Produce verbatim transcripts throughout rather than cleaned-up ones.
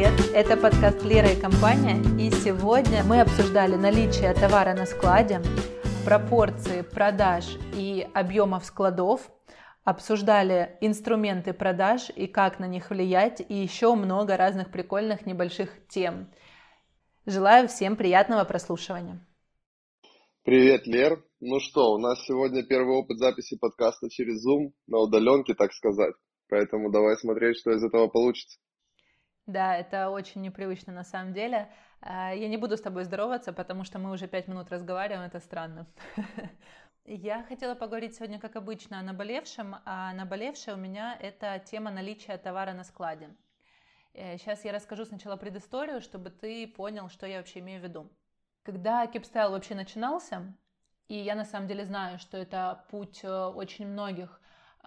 привет! Это подкаст «Лера и компания», и сегодня мы обсуждали наличие товара на складе, пропорции продаж и объемов складов, обсуждали инструменты продаж и как на них влиять, и еще много разных прикольных небольших тем. Желаю всем приятного прослушивания. Привет, Лер. Ну что, у нас сегодня первый опыт записи подкаста через Zoom, на удаленке, так сказать. Поэтому давай смотреть, что из этого получится. Да, это очень непривычно на самом деле. Я не буду с тобой здороваться, потому что мы уже пять минут разговариваем, это странно. Я хотела поговорить сегодня, как обычно, о наболевшем, а наболевшее у меня это тема наличия товара на складе. Сейчас я расскажу сначала предысторию, чтобы ты понял, что я вообще имею в виду. Когда Keepstyle вообще начинался, и я на самом деле знаю, что это путь очень многих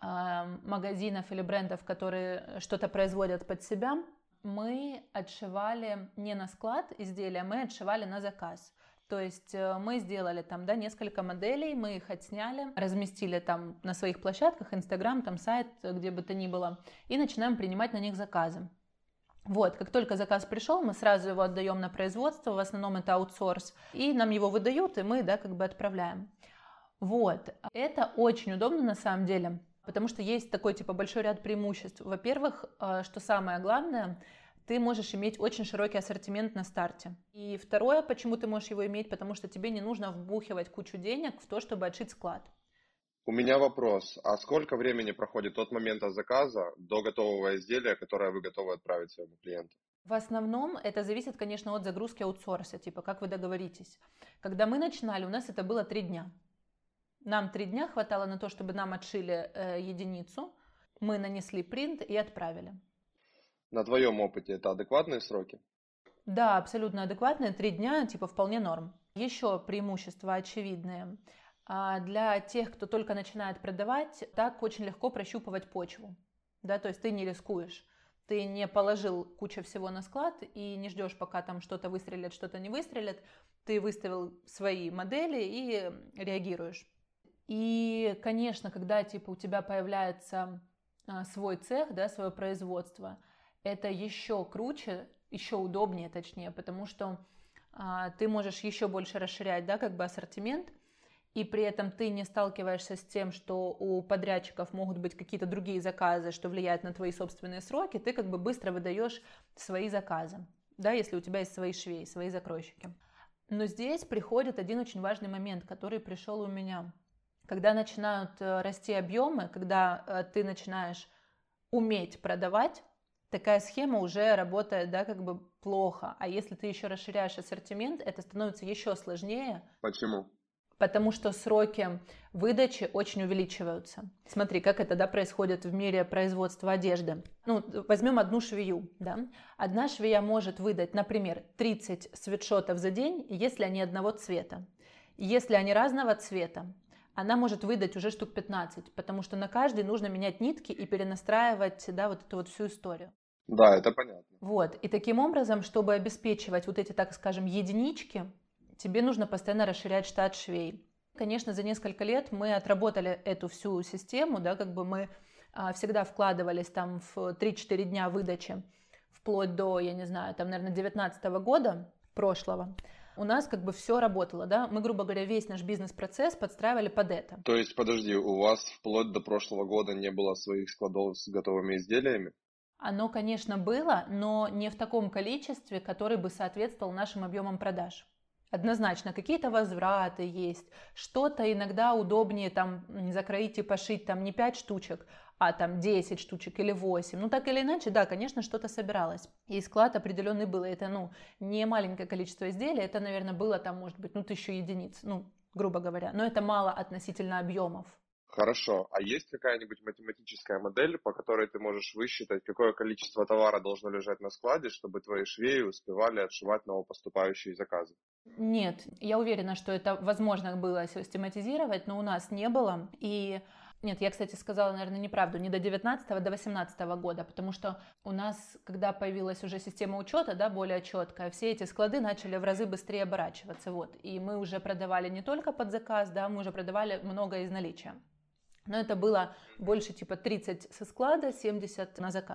магазинов или брендов, которые что-то производят под себя, мы отшивали не на склад изделия, мы отшивали на заказ. То есть мы сделали там, да, несколько моделей, мы их отсняли, разместили там на своих площадках, Инстаграм, там сайт, где бы то ни было, и начинаем принимать на них заказы. Вот, как только заказ пришел, мы сразу его отдаем на производство, в основном это аутсорс, и нам его выдают, и мы, да, как бы отправляем. Вот, это очень удобно на самом деле, потому что есть такой, типа, большой ряд преимуществ. Во-первых, что самое главное, ты можешь иметь очень широкий ассортимент на старте. И второе, почему ты можешь его иметь, потому что тебе не нужно вбухивать кучу денег в то, чтобы отшить склад. У меня вопрос. А сколько времени проходит от момента заказа до готового изделия, которое вы готовы отправить своему клиенту? В основном это зависит, конечно, от загрузки аутсорса, типа как вы договоритесь. Когда мы начинали, у нас это было три дня. Нам три дня хватало на то, чтобы нам отшили э, единицу, мы нанесли принт и отправили. На твоем опыте это адекватные сроки? Да, абсолютно адекватные. Три дня, типа, вполне норм. Еще преимущества очевидные. Для тех, кто только начинает продавать, так очень легко прощупывать почву. Да, то есть ты не рискуешь. Ты не положил кучу всего на склад и не ждешь, пока там что-то выстрелит, что-то не выстрелит. Ты выставил свои модели и реагируешь. И, конечно, когда типа у тебя появляется свой цех, да, свое производство, это еще круче, еще удобнее, точнее, потому что а, ты можешь еще больше расширять, да, как бы ассортимент, и при этом ты не сталкиваешься с тем, что у подрядчиков могут быть какие-то другие заказы, что влияет на твои собственные сроки, ты как бы быстро выдаешь свои заказы, да, если у тебя есть свои швеи, свои закройщики. Но здесь приходит один очень важный момент, который пришел у меня. Когда начинают расти объемы, когда ты начинаешь уметь продавать, такая схема уже работает, да, как бы плохо. А если ты еще расширяешь ассортимент, это становится еще сложнее. Почему? Потому что сроки выдачи очень увеличиваются. Смотри, как это, да, происходит в мире производства одежды. Ну, возьмем одну швею, да. Одна швея может выдать, например, тридцать свитшотов за день, если они одного цвета. Если они разного цвета, она может выдать уже штук пятнадцать, потому что на каждый нужно менять нитки и перенастраивать, да, вот эту вот всю историю. Да, это понятно. Вот, и таким образом, чтобы обеспечивать вот эти, так скажем, единички, тебе нужно постоянно расширять штат швей. Конечно, за несколько лет мы отработали эту всю систему, да, как бы мы а, всегда вкладывались там в три-четыре дня выдачи, вплоть до, я не знаю, там, наверное, девятнадцатого года прошлого. У нас как бы все работало, да, мы, грубо говоря, весь наш бизнес-процесс подстраивали под это. То есть, подожди, у вас вплоть до прошлого года не было своих складов с готовыми изделиями? Оно, конечно, было, но не в таком количестве, который бы соответствовал нашим объемам продаж. Однозначно, какие-то возвраты есть, что-то иногда удобнее там закроить и пошить там не пять штучек, а там десять штучек или восемь. Ну так или иначе, да, конечно, что-то собиралось. И склад определенный был. Это, ну, не маленькое количество изделий, это, наверное, было там, может быть, ну, тысячу единиц, ну, грубо говоря. Но это мало относительно объемов. Хорошо. А есть какая-нибудь математическая модель, по которой ты можешь высчитать, какое количество товара должно лежать на складе, чтобы твои швеи успевали отшивать новопоступающие заказы? Нет, я уверена, что это возможно было систематизировать, но у нас не было. И нет, я, кстати, сказала, наверное, неправду, не до девятнадцатого, до восемнадцатого года, потому что у нас, когда появилась уже система учета, да, более четкая, все эти склады начали в разы быстрее оборачиваться, вот. И мы уже продавали не только под заказ, да, мы уже продавали много из наличия. Но это было больше типа тридцать со склада, семьдесят на заказ.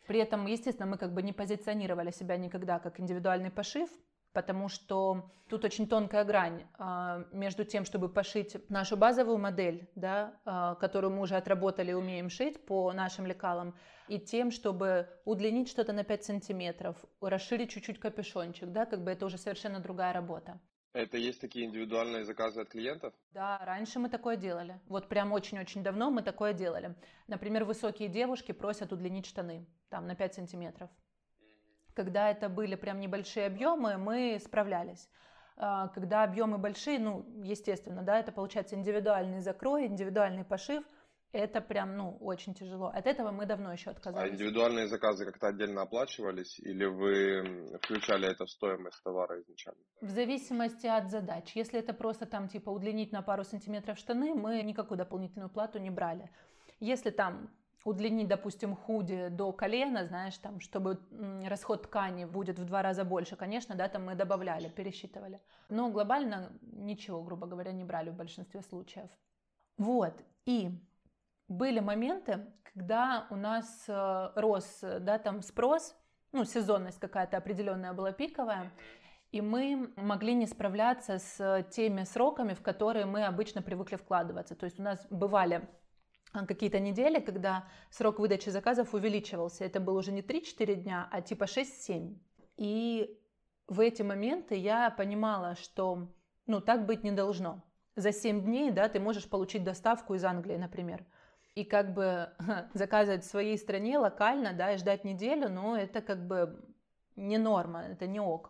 При этом, естественно, мы как бы не позиционировали себя никогда как индивидуальный пошив, потому что тут очень тонкая грань а, между тем, чтобы пошить нашу базовую модель, да, а, которую мы уже отработали и умеем шить по нашим лекалам, и тем, чтобы удлинить что-то на пять сантиметров, расширить чуть-чуть капюшончик, да, как бы это уже совершенно другая работа. Это есть такие индивидуальные заказы от клиентов? Да, раньше мы такое делали. Вот прям очень-очень давно мы такое делали. Например, высокие девушки просят удлинить штаны там на пять сантиметров. Когда это были прям небольшие объемы, мы справлялись. Когда объемы большие, ну, естественно, да, это получается индивидуальный закрой, индивидуальный пошив. Это прям, ну, очень тяжело. От этого мы давно еще отказались. А индивидуальные заказы как-то отдельно оплачивались или вы включали это в стоимость товара изначально? В зависимости от задач. Если это просто там типа удлинить на пару сантиметров штаны, мы никакую дополнительную плату не брали. Если там удлинить, допустим, худи до колена, знаешь, там, чтобы расход ткани будет в два раза больше, конечно, да, там мы добавляли, пересчитывали. Но глобально ничего, грубо говоря, не брали в большинстве случаев. Вот, и были моменты, когда у нас э, рос, да, там спрос, ну, сезонность какая-то определенная была пиковая, и мы могли не справляться с теми сроками, в которые мы обычно привыкли вкладываться. То есть у нас бывали какие-то недели, когда срок выдачи заказов увеличивался. Это было уже не три-четыре дня, а типа шесть-семь. И в эти моменты я понимала, что, ну, так быть не должно. За семь дней, да, ты можешь получить доставку из Англии, например. И как бы заказывать в своей стране локально, да, и ждать неделю, но это как бы не норма, это не ок.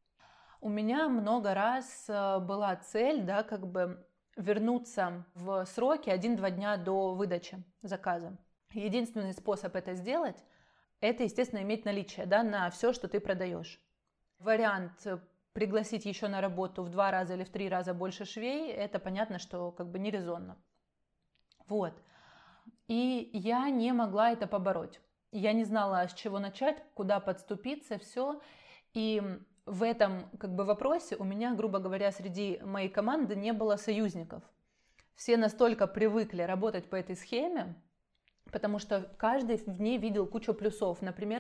У меня много раз была цель, да, как бы вернуться в сроки один-два дня до выдачи заказа. Единственный способ это сделать, это, естественно, иметь наличие, да, на все, что ты продаешь. Вариант пригласить еще на работу в два раза или в три раза больше швей, это понятно, что как бы не резонно. Вот. И я не могла это побороть. Я не знала, с чего начать, куда подступиться, все. И в этом как бы вопросе у меня, грубо говоря, среди моей команды не было союзников. Все настолько привыкли работать по этой схеме, потому что каждый в ней видел кучу плюсов. Например,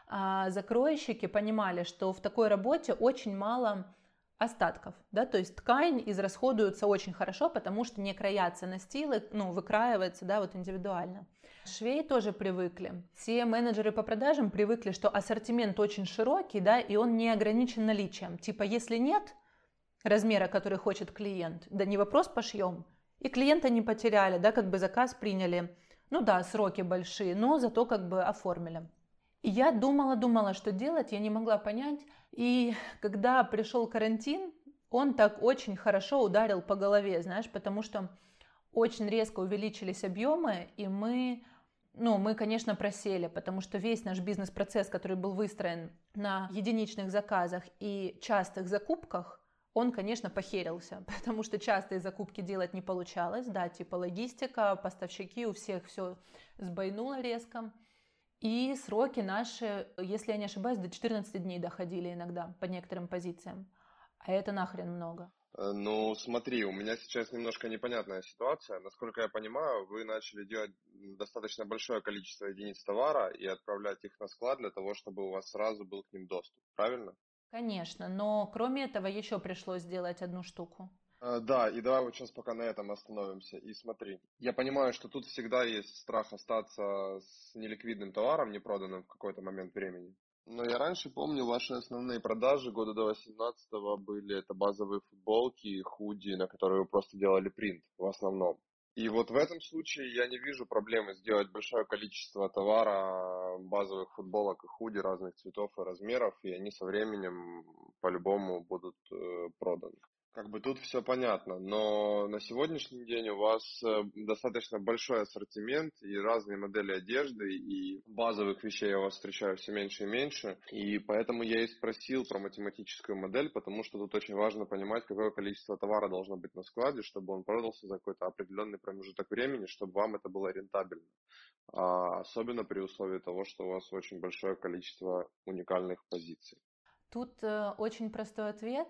закройщики понимали, что в такой работе очень мало остатков, да, то есть ткань израсходуется очень хорошо, потому что не краятся настилы, ну, выкраивается, да, вот индивидуально. Швеи тоже привыкли. Все менеджеры по продажам привыкли, что ассортимент очень широкий, да, и он не ограничен наличием. Типа, если нет размера, который хочет клиент, да не вопрос, пошьем. И клиента не потеряли, да, как бы заказ приняли. Ну да, сроки большие, но зато как бы оформили. И я думала-думала, что делать, я не могла понять. И когда пришел карантин, он так очень хорошо ударил по голове, знаешь, потому что очень резко увеличились объемы, и мы, ну, мы, конечно, просели, потому что весь наш бизнес-процесс, который был выстроен на единичных заказах и частых закупках, он, конечно, похерился, потому что частые закупки делать не получалось, да, типа логистика, поставщики, у всех все сбойнуло резко. И сроки наши, если я не ошибаюсь, до четырнадцати дней доходили иногда по некоторым позициям. А это нахрен много. Ну, смотри, у меня сейчас немножко непонятная ситуация. Насколько я понимаю, вы начали делать достаточно большое количество единиц товара и отправлять их на склад для того, чтобы у вас сразу был к ним доступ, правильно? Конечно, но кроме этого еще пришлось сделать одну штуку. Да, и давай вот сейчас пока на этом остановимся. И смотри, я понимаю, что тут всегда есть страх остаться с неликвидным товаром, не проданным в какой-то момент времени. Но я раньше помню, ваши основные продажи года до восемнадцатого были это базовые футболки, худи, на которые вы просто делали принт в основном. И вот в этом случае я не вижу проблемы сделать большое количество товара, базовых футболок и худи разных цветов и размеров, и они со временем по-любому будут э, проданы. Как бы тут все понятно, но на сегодняшний день у вас достаточно большой ассортимент и разные модели одежды, и базовых вещей я у вас встречаю все меньше и меньше, и поэтому я и спросил про математическую модель, потому что тут очень важно понимать, какое количество товара должно быть на складе, чтобы он продался за какой-то определенный промежуток времени, чтобы вам это было рентабельно, а особенно при условии того, что у вас очень большое количество уникальных позиций. Тут э, очень простой ответ.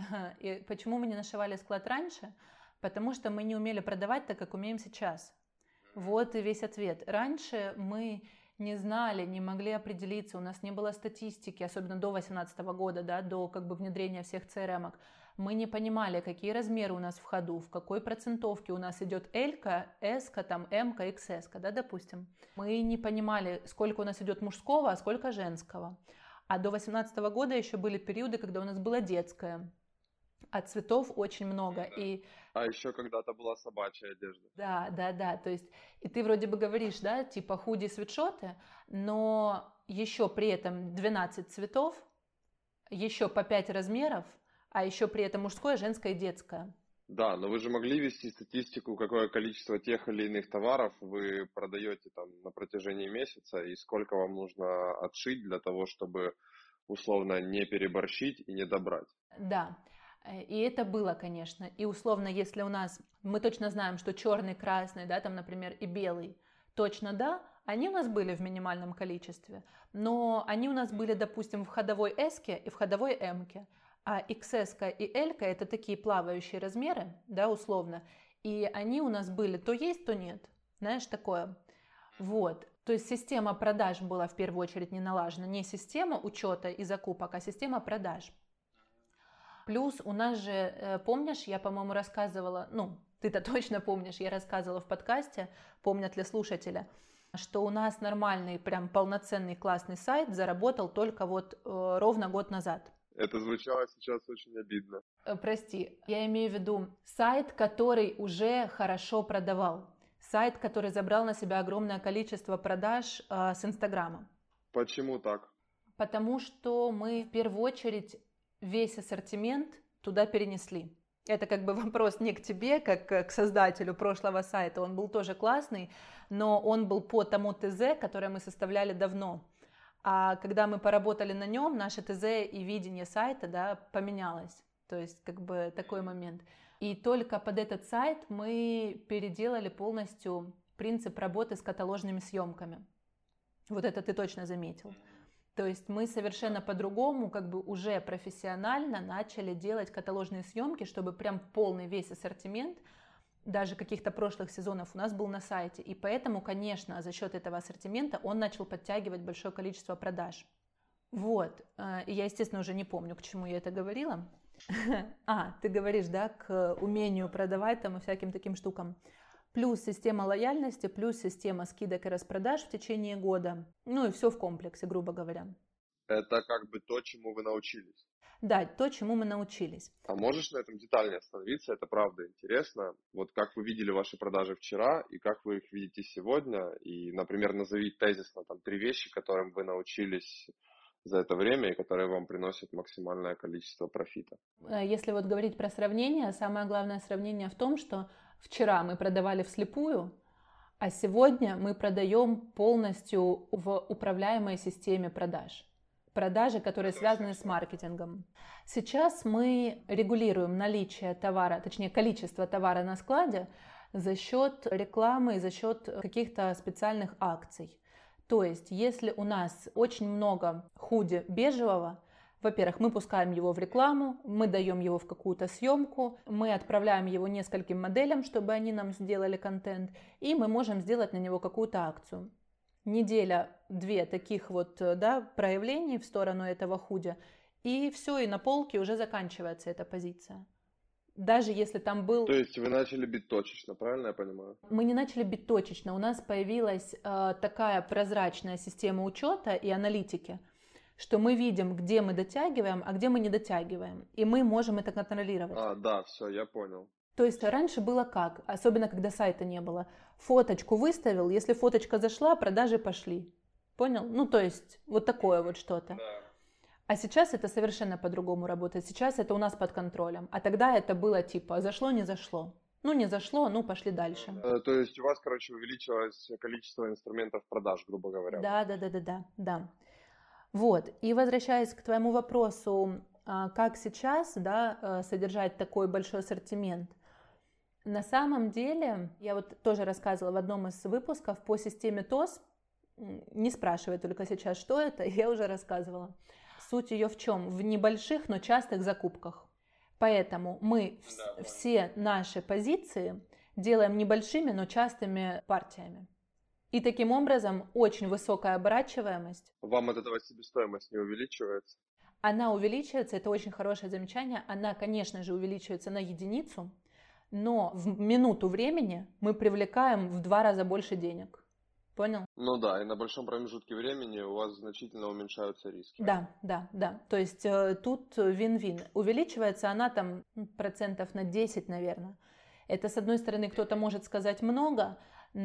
И почему мы не нашивали склад раньше? Потому что мы не умели продавать так, как умеем сейчас. Вот и весь ответ. Раньше мы не знали, не могли определиться, у нас не было статистики, особенно до две тысячи восемнадцатого года, да, до как бы внедрения всех си эр эм-ок. Мы не понимали, какие размеры у нас в ходу, в какой процентовке у нас идет L-ка, S-ка, там, M-ка, икс эс-ка, да, допустим. Мы не понимали, сколько у нас идет мужского, а сколько женского. А до две тысячи восемнадцатого года еще были периоды, когда у нас было детское. А цветов очень много. Да. И... А еще когда-то была собачья одежда. Да, да, да. То есть, и ты вроде бы говоришь, да, типа худи, свитшоты, но еще при этом двенадцать цветов, еще по пять размеров, а еще при этом мужское, женское и детское. Да, но вы же могли вести статистику, какое количество тех или иных товаров вы продаете там на протяжении месяца и сколько вам нужно отшить для того, чтобы условно не переборщить и не добрать. Да. И это было, конечно. И условно, если у нас, мы точно знаем, что черный, красный, да, там, например, и белый, точно да, они у нас были в минимальном количестве, но они у нас были, допустим, в ходовой S-ке и в ходовой M-ке, а икс эс-ка и L-ка это такие плавающие размеры, да, условно, и они у нас были то есть, то нет, знаешь, такое. Вот. То есть система продаж была в первую очередь не налажена, не система учета и закупок, а система продаж. Плюс у нас же, помнишь, я, по-моему, рассказывала, ну, ты-то точно помнишь, я рассказывала в подкасте, помнят ли слушатели, что у нас нормальный, прям полноценный классный сайт заработал только вот э, ровно год назад. Это звучало сейчас очень обидно. Э, прости, я имею в виду сайт, который уже хорошо продавал, сайт, который забрал на себя огромное количество продаж э, с Инстаграма. Почему так? Потому что мы в первую очередь весь ассортимент туда перенесли. Это как бы вопрос не к тебе, как к создателю прошлого сайта, он был тоже классный, но он был по тому ТЗ, которое мы составляли давно. А когда мы поработали на нем, наше ТЗ и видение сайта, да, поменялось. То есть как бы такой момент. И только под этот сайт мы переделали полностью принцип работы с каталожными съемками. Вот это ты точно заметил. То есть мы совершенно по-другому, как бы уже профессионально начали делать каталожные съемки, чтобы прям полный весь ассортимент, даже каких-то прошлых сезонов у нас был на сайте. И поэтому, конечно, за счет этого ассортимента он начал подтягивать большое количество продаж. Вот. И я, естественно, уже не помню, к чему я это говорила. А, ты говоришь, да, к умению продавать там и всяким таким штукам. Плюс система лояльности, плюс система скидок и распродаж в течение года. Ну и все в комплексе, грубо говоря. Это как бы то, чему вы научились. Да, то, чему мы научились. А можешь на этом детальнее остановиться? Это правда интересно. Вот как вы видели ваши продажи вчера и как вы их видите сегодня. И, например, назови тезисно там три вещи, которым вы научились за это время и которые вам приносят максимальное количество профита. Если вот говорить про сравнение, самое главное сравнение в том, что вчера мы продавали вслепую, а сегодня мы продаем полностью в управляемой системе продаж. Продажи, которые связаны с маркетингом. Сейчас мы регулируем наличие товара, точнее количество товара на складе за счет рекламы и за счет каких-то специальных акций. То есть, если у нас очень много худи бежевого, во-первых, мы пускаем его в рекламу, мы даем его в какую-то съемку, мы отправляем его нескольким моделям, чтобы они нам сделали контент, и мы можем сделать на него какую-то акцию. Неделя-две таких вот, да, проявлений в сторону этого худи, и все, и на полке уже заканчивается эта позиция. Даже если там был... То есть вы начали бить точечно, правильно я понимаю? Мы не начали бить точечно, у нас появилась э, такая прозрачная система учета и аналитики, что мы видим, где мы дотягиваем, а где мы не дотягиваем, и мы можем это контролировать. А, да, все, я понял. То есть раньше было как, особенно когда сайта не было. Фоточку выставил, если фоточка зашла, продажи пошли. Понял? Ну, то есть вот такое вот что-то. Да. А сейчас это совершенно по-другому работает. Сейчас это у нас под контролем. А тогда это было типа зашло, не зашло. Ну, не зашло, ну, пошли дальше. Да, то есть у вас, короче, увеличилось количество инструментов продаж, грубо говоря. Да, да, да, да, да, да. Вот. И возвращаясь к твоему вопросу, как сейчас, да, содержать такой большой ассортимент. На самом деле, я вот тоже рассказывала в одном из выпусков по системе ТОС, не спрашивай только сейчас, что это, я уже рассказывала. Суть ее в чем? В небольших, но частых закупках. Поэтому мы Да, да. все наши позиции делаем небольшими, но частыми партиями. И таким образом очень высокая оборачиваемость. Вам от этого себестоимость не увеличивается? Она увеличивается, это очень хорошее замечание. Она, конечно же, увеличивается на единицу, но в минуту времени мы привлекаем в два раза больше денег. Понял? Ну да, и на большом промежутке времени у вас значительно уменьшаются риски. Да, да, да. То есть э, тут вин-вин. Увеличивается она там процентов на десять, наверное. Это, с одной стороны, кто-то может сказать много,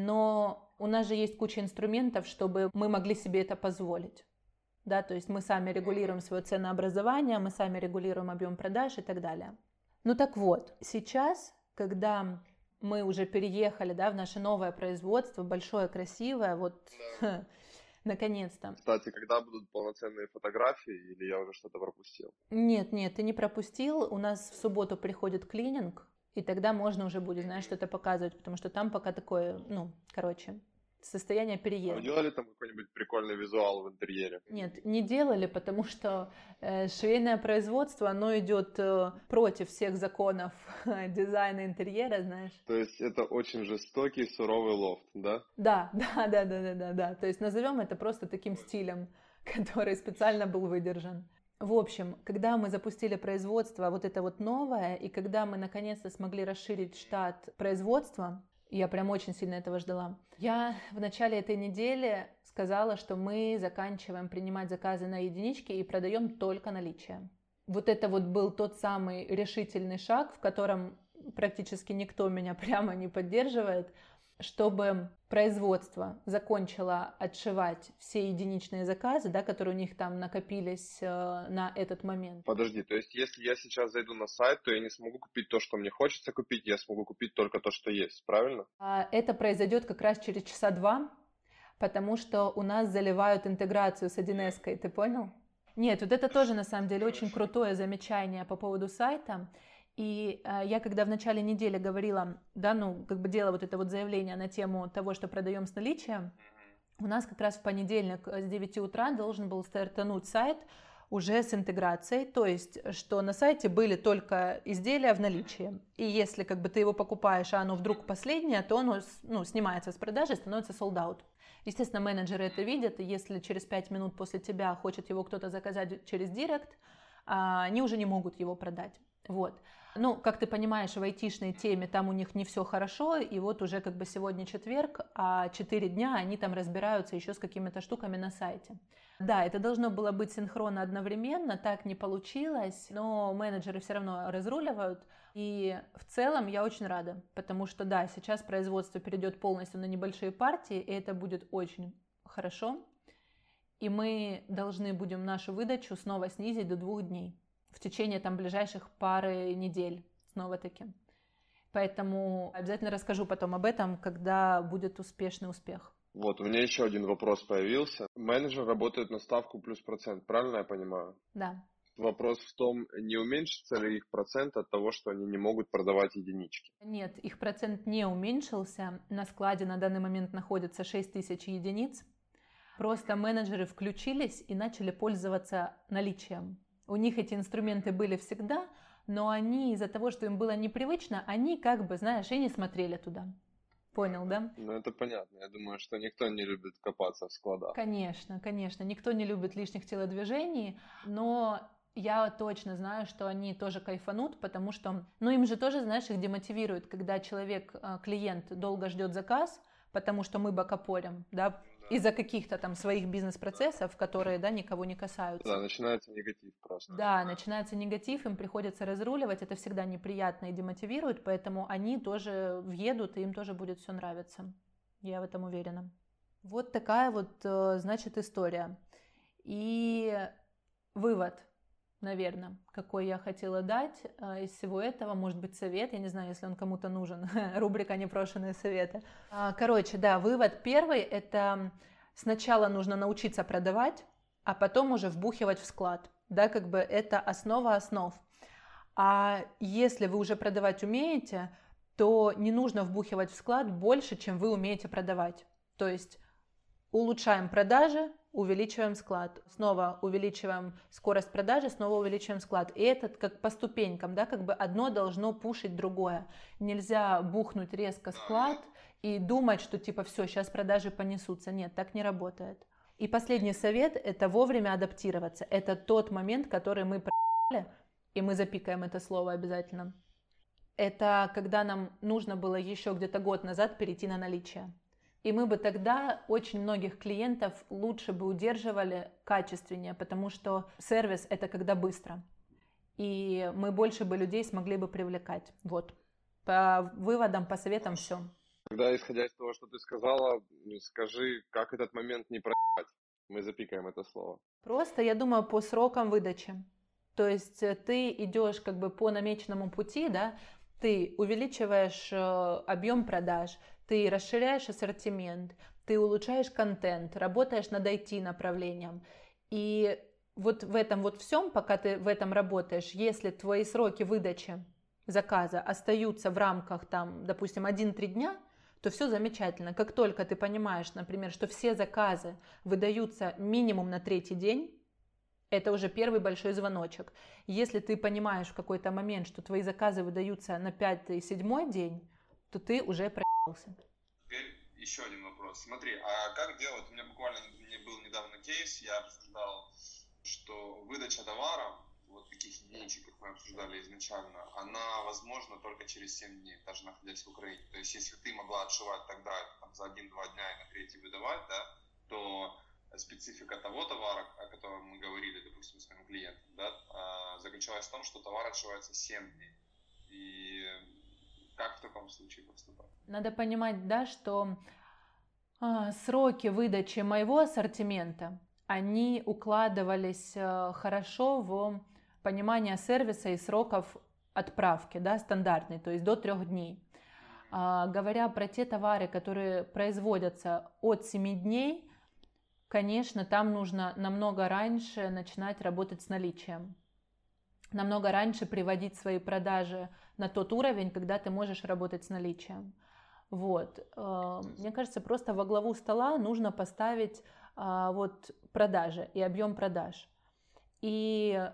но у нас же есть куча инструментов, чтобы мы могли себе это позволить. Да, то есть мы сами регулируем свое ценообразование, мы сами регулируем объем продаж и так далее. Ну так вот, сейчас, когда мы уже переехали, да, в наше новое производство, большое, красивое, вот, Да. наконец-то. Кстати, когда будут полноценные фотографии, или я уже что-то пропустил? Нет, нет, ты не пропустил. У нас в субботу приходит клининг, и тогда можно уже будет, знаешь, что-то показывать, потому что там пока такое, ну, короче, состояние А вы переезда. делали там какой-нибудь прикольный визуал в интерьере? Нет, не делали, потому что э, швейное производство, оно идет э, против всех законов дизайна интерьера, знаешь. То есть это очень жестокий, суровый лофт, да? Да, да, да, да, да, да, да. То есть назовем это просто таким стилем, который специально был выдержан. В общем, когда мы запустили производство, вот это вот новое, и когда мы наконец-то смогли расширить штат производства, я прям очень сильно этого ждала. Я в начале этой недели сказала, что мы заканчиваем принимать заказы на единички и продаем только наличие. Вот это вот был тот самый решительный шаг, в котором практически никто меня прямо не поддерживает, чтобы производство закончило отшивать все единичные заказы, да, которые у них там накопились э, на этот момент. Подожди, то есть если я сейчас зайду на сайт, то я не смогу купить то, что мне хочется купить, я смогу купить только то, что есть, правильно? А это произойдет как раз через часа два, потому что у нас заливают интеграцию с один эс, ты понял? Нет, вот это тоже на самом деле очень крутое замечание по поводу сайта. И э, я когда в начале недели говорила, да, ну, как бы делала вот это вот заявление на тему того, что продаем с наличием, у нас как раз в понедельник с девяти утра должен был стартануть сайт уже с интеграцией, то есть, что на сайте были только изделия в наличии. И если как бы ты его покупаешь, а оно вдруг последнее, то оно, ну, снимается с продажи и становится sold out. Естественно, менеджеры это видят, и если через пять минут после тебя хочет его кто-то заказать через директ, они уже не могут его продать. Вот. Ну, как ты понимаешь, в айтишной теме там у них не все хорошо, и вот уже как бы сегодня четверг, а четыре дня они там разбираются еще с какими-то штуками на сайте. Да, это должно было быть синхронно одновременно, так не получилось, но менеджеры все равно разруливают, и в целом я очень рада, потому что да, сейчас производство перейдет полностью на небольшие партии, и это будет очень хорошо, и мы должны будем нашу выдачу снова снизить до двух дней. В течение там ближайших пары недель снова-таки. Поэтому обязательно расскажу потом об этом, когда будет успешный успех. Вот, у меня еще один вопрос появился. Менеджер работает на ставку плюс процент, правильно я понимаю? Да. Вопрос в том, не уменьшится ли их процент от того, что они не могут продавать единички? Нет, их процент не уменьшился. На складе на данный момент находится шесть тысяч единиц. Просто менеджеры включились и начали пользоваться наличием. У них эти инструменты были всегда, но они из-за того, что им было непривычно, они как бы, знаешь, и не смотрели туда. Понял, да? Ну, это понятно. Я думаю, что никто не любит копаться в складах. Конечно, конечно. Никто не любит лишних телодвижений, но я точно знаю, что они тоже кайфанут, потому что, ну, им же тоже, знаешь, их демотивирует, когда человек, клиент долго ждет заказ, потому что мы бокопорим, да, из-за каких-то там своих бизнес-процессов, которые, да, никого не касаются. Да, начинается негатив просто. Да, начинается негатив, им приходится разруливать, это всегда неприятно и демотивирует, поэтому они тоже въедут, и им тоже будет все нравиться. Я в этом уверена. Вот такая вот, значит, история. И вывод, наверное, какой я хотела дать из всего этого, может быть, совет, я не знаю, если он кому-то нужен, рубрика «Непрошенные советы». Короче, да, вывод первый – это сначала нужно научиться продавать, а потом уже вбухивать в склад, да, как бы это основа основ. А если вы уже продавать умеете, то не нужно вбухивать в склад больше, чем вы умеете продавать. То есть улучшаем продажи, увеличиваем склад, снова увеличиваем скорость продажи, снова увеличиваем склад. И это как по ступенькам, да, как бы одно должно пушить другое. Нельзя бухнуть резко склад и думать, что типа все, сейчас продажи понесутся. Нет, так не работает. И последний совет – это вовремя адаптироваться. Это тот момент, который мы про***ли, и мы запикаем это слово обязательно. Это когда нам нужно было еще где-то год назад перейти на наличие. И мы бы тогда очень многих клиентов лучше бы удерживали качественнее, потому что сервис – это когда быстро. И мы больше бы людей смогли бы привлекать. Вот. По выводам, по советам все. Тогда, исходя из того, что ты сказала, скажи, как этот момент не проебать? Мы запикаем это слово. Просто, я думаю, по срокам выдачи. То есть ты идешь как бы по намеченному пути, да, ты увеличиваешь объем продаж, ты расширяешь ассортимент, ты улучшаешь контент, работаешь над ай ти-направлением. И вот в этом вот всем, пока ты в этом работаешь, если твои сроки выдачи заказа остаются в рамках, там, допустим, один-три дня, то все замечательно. Как только ты понимаешь, например, что все заказы выдаются минимум на третий день, это уже первый большой звоночек. Если ты понимаешь в какой-то момент, что твои заказы выдаются на пятый-седьмой день, то ты уже проебался. Теперь еще один вопрос. Смотри, а как делать? У меня буквально был недавно кейс, я обсуждал, что выдача товара, вот таких единичек, как мы обсуждали изначально, она возможна только через семь дней, даже находясь в Украине. То есть, если ты могла отшивать тогда там, за один-два дня и на третий выдавать, да, то специфика того товара, о котором мы говорили, допустим, своим клиентам, да, заключалась в том, что товар отшивается семь дней. И как в таком случае поступать? Надо понимать, да, что а, сроки выдачи моего ассортимента, они укладывались а, хорошо в понимание сервиса и сроков отправки, да, стандартный, то есть до трех дней. А, говоря про те товары, которые производятся от семи дней, конечно, там нужно намного раньше начинать работать с наличием. Намного раньше приводить свои продажи на тот уровень, когда ты можешь работать с наличием. Вот. Мне кажется, просто во главу стола нужно поставить вот продажи и объем продаж. И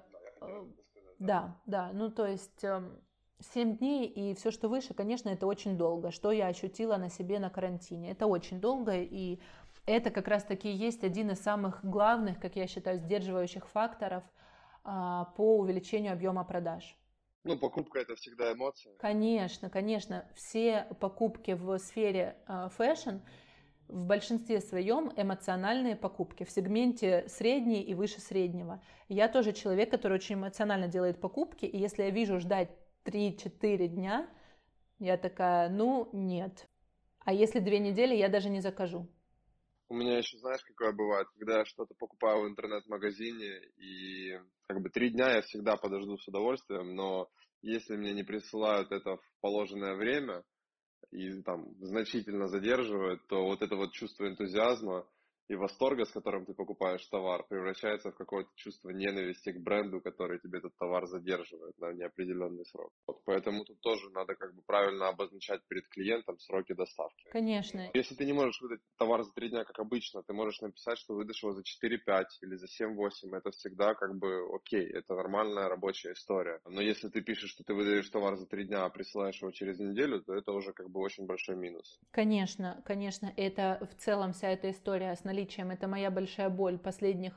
да, да, ну то есть семь дней и все, что выше, конечно, это очень долго. Что я ощутила на себе на карантине. Это очень долго, и это как раз-таки есть один из самых главных, как я считаю, сдерживающих факторов а, по увеличению объема продаж. Ну, покупка – это всегда эмоция. Конечно, конечно. Все покупки в сфере а, фэшн в большинстве своем эмоциональные покупки в сегменте средний и выше среднего. Я тоже человек, который очень эмоционально делает покупки, и если я вижу ждать три-четыре дня, я такая, ну, нет. А если две недели, я даже не закажу. У меня еще, знаешь, какое бывает, когда я что-то покупаю в интернет-магазине, и как бы три дня я всегда подожду с удовольствием, но если мне не присылают это в положенное время и там значительно задерживают, то вот это вот чувство энтузиазма и восторга, с которым ты покупаешь товар, превращается в какое-то чувство ненависти к бренду, который тебе этот товар задерживает на неопределенный срок. Вот, поэтому тут тоже надо как бы правильно обозначать перед клиентом сроки доставки. Конечно. Если ты не можешь выдать товар за три дня, как обычно, ты можешь написать, что выдашь его за четыре-пять или за семь-восемь. Это всегда как бы окей, это нормальная рабочая история. Но если ты пишешь, что ты выдаешь товар за три дня, а присылаешь его через неделю, то это уже как бы очень большой минус. Конечно, конечно, это в целом вся эта история с наличием, это моя большая боль последних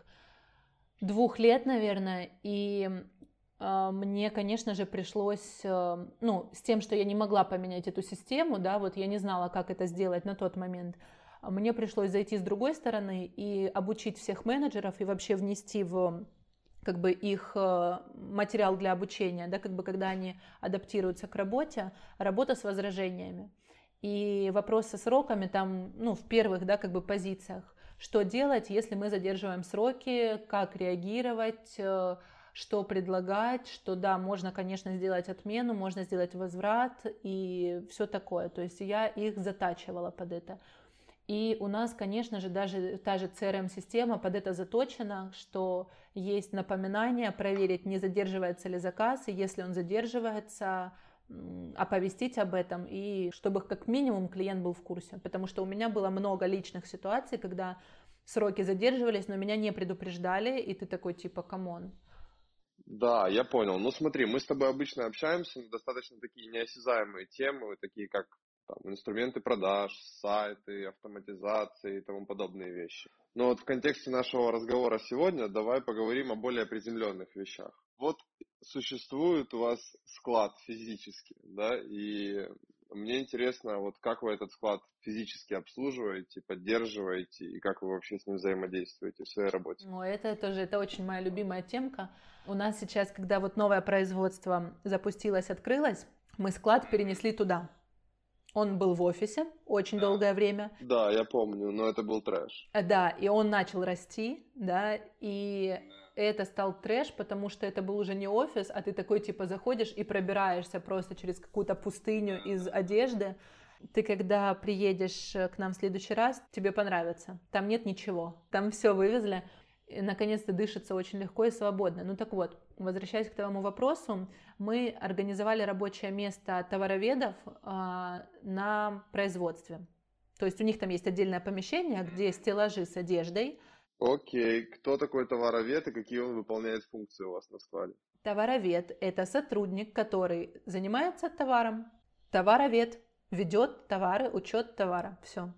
двух лет, наверное, и э, мне, конечно же, пришлось, э, ну, с тем, что я не могла поменять эту систему, да, вот я не знала, как это сделать на тот момент, мне пришлось зайти с другой стороны и обучить всех менеджеров и вообще внести в как бы их материал для обучения, да, как бы когда они адаптируются к работе, работа с возражениями. И вопрос со сроками там, ну, в первых, да, как бы позициях. Что делать, если мы задерживаем сроки, как реагировать, что предлагать, что да, можно, конечно, сделать отмену, можно сделать возврат и все такое. То есть я их затачивала под это. И у нас, конечно же, даже та же си ар эм-система под это заточена, что есть напоминание проверить, не задерживается ли заказ, и если он задерживается, оповестить об этом, и чтобы как минимум клиент был в курсе. Потому что у меня было много личных ситуаций, когда сроки задерживались, но меня не предупреждали, и ты такой типа камон. Да, я понял. Ну смотри, мы с тобой обычно общаемся на достаточно такие неосязаемые темы, такие как там, инструменты продаж, сайты, автоматизации и тому подобные вещи. Но вот в контексте нашего разговора сегодня давай поговорим о более приземленных вещах. Вот существует у вас склад физически, да, и мне интересно, вот как вы этот склад физически обслуживаете, поддерживаете и как вы вообще с ним взаимодействуете в своей работе? Ну, это тоже, это очень моя любимая темка. У нас сейчас, когда вот новое производство запустилось, открылось, мы склад перенесли туда. Он был в офисе очень долгое время. Да, я помню, но это был трэш. Да, и он начал расти, да, и это стал трэш, потому что это был уже не офис, а ты такой типа заходишь и пробираешься просто через какую-то пустыню из одежды. Ты когда приедешь к нам в следующий раз, тебе понравится. Там нет ничего, там все вывезли. И, наконец-то дышится очень легко и свободно. Ну так вот, возвращаясь к твоему вопросу, мы организовали рабочее место товароведов а, на производстве. То есть у них там есть отдельное помещение, где стеллажи с одеждой. Окей, кто такой товаровед и какие он выполняет функции у вас на складе? Товаровед – это сотрудник, который занимается товаром. Товаровед ведет товары, учет товара. Все.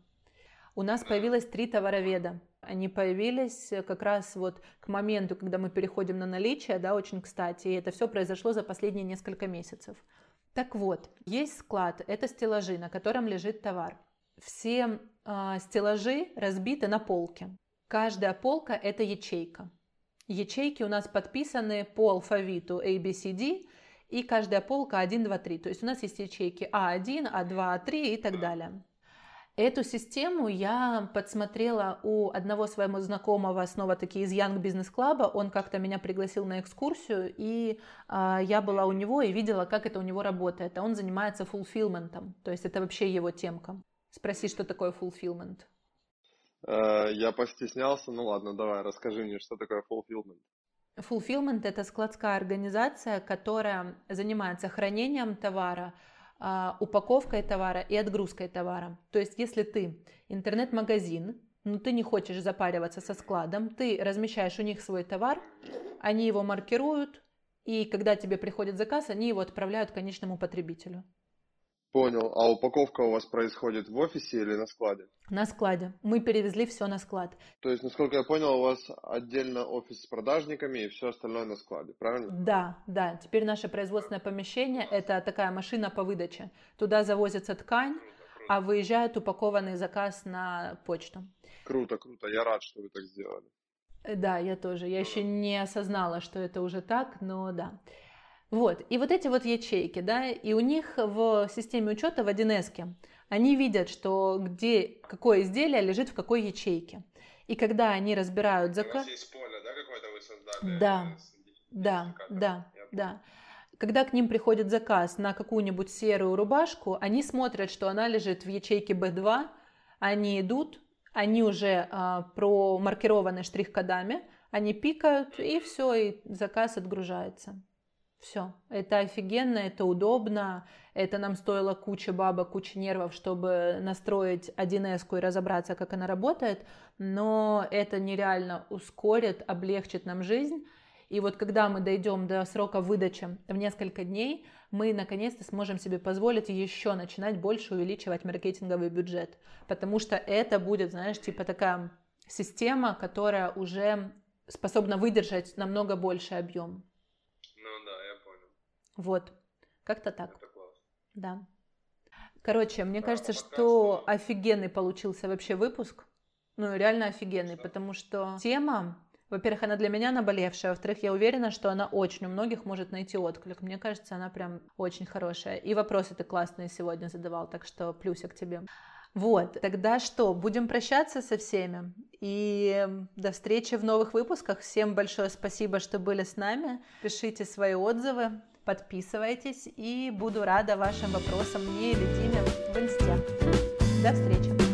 У нас появилось три товароведа. Они появились как раз вот к моменту, когда мы переходим на наличие, да, очень кстати, и это все произошло за последние несколько месяцев. Так вот, есть склад, это стеллажи, на котором лежит товар. Все э, стеллажи разбиты на полки. Каждая полка – это ячейка. Ячейки у нас подписаны по алфавиту A, B, C, D, и каждая полка один, два, три. То есть у нас есть ячейки А один, А два, А три и так далее. Эту систему я подсмотрела у одного своего знакомого, снова-таки из Young Business Club. Он как-то меня пригласил на экскурсию, и э, я была у него и видела, как это у него работает. А он занимается фулфилментом, то есть это вообще его темка. Спроси, что такое fulfillment. Я постеснялся, ну ладно, давай, расскажи мне, что такое fulfillment. Fulfillment – это складская организация, которая занимается хранением товара, упаковкой товара и отгрузкой товара. То есть, если ты интернет-магазин, но ты не хочешь запариваться со складом, ты размещаешь у них свой товар, они его маркируют, и когда тебе приходит заказ, они его отправляют конечному потребителю. Понял. А упаковка у вас происходит в офисе или на складе? На складе. Мы перевезли все на склад. То есть, насколько я понял, у вас отдельно офис с продажниками и все остальное на складе, правильно? Да, да. Теперь наше производственное помещение – это такая машина по выдаче. Туда завозится ткань, а выезжает упакованный заказ на почту. Круто, круто. Я рад, что вы так сделали. Да, я тоже. Я еще не осознала, что это уже так, но да. Вот, и вот эти вот ячейки, да, и у них в системе учета в один эс они видят, что где, какое изделие лежит в какой ячейке. И когда они разбирают заказ... У вас есть поле, да, какое-то вы создали? Да, да, да, да. Когда к ним приходит заказ на какую-нибудь серую рубашку, они смотрят, что она лежит в ячейке бэ два, они идут, они уже а, промаркированы штрих-кодами, они пикают, и все, и заказ отгружается. Все, это офигенно, это удобно, это нам стоило куча бабок, куча нервов, чтобы настроить один эс и разобраться, как она работает, но это нереально ускорит, облегчит нам жизнь. И вот когда мы дойдем до срока выдачи в несколько дней, мы наконец-то сможем себе позволить еще начинать больше увеличивать маркетинговый бюджет, потому что это будет, знаешь, типа такая система, которая уже способна выдержать намного больший объем. Вот, как-то так. Это классно. Да. Короче, мне Да, кажется, подкаст, что ну... офигенный получился вообще выпуск. Ну, реально офигенный, что? Потому что тема, во-первых, она для меня наболевшая, во-вторых, я уверена, что она очень у многих может найти отклик. Мне кажется, она прям очень хорошая. И вопросы ты классные сегодня задавал, так что плюсик тебе. Вот, тогда что, будем прощаться со всеми, и до встречи в новых выпусках. Всем большое спасибо, что были с нами, пишите свои отзывы, подписывайтесь, и буду рада вашим вопросам мне или Диме в инсте. До встречи!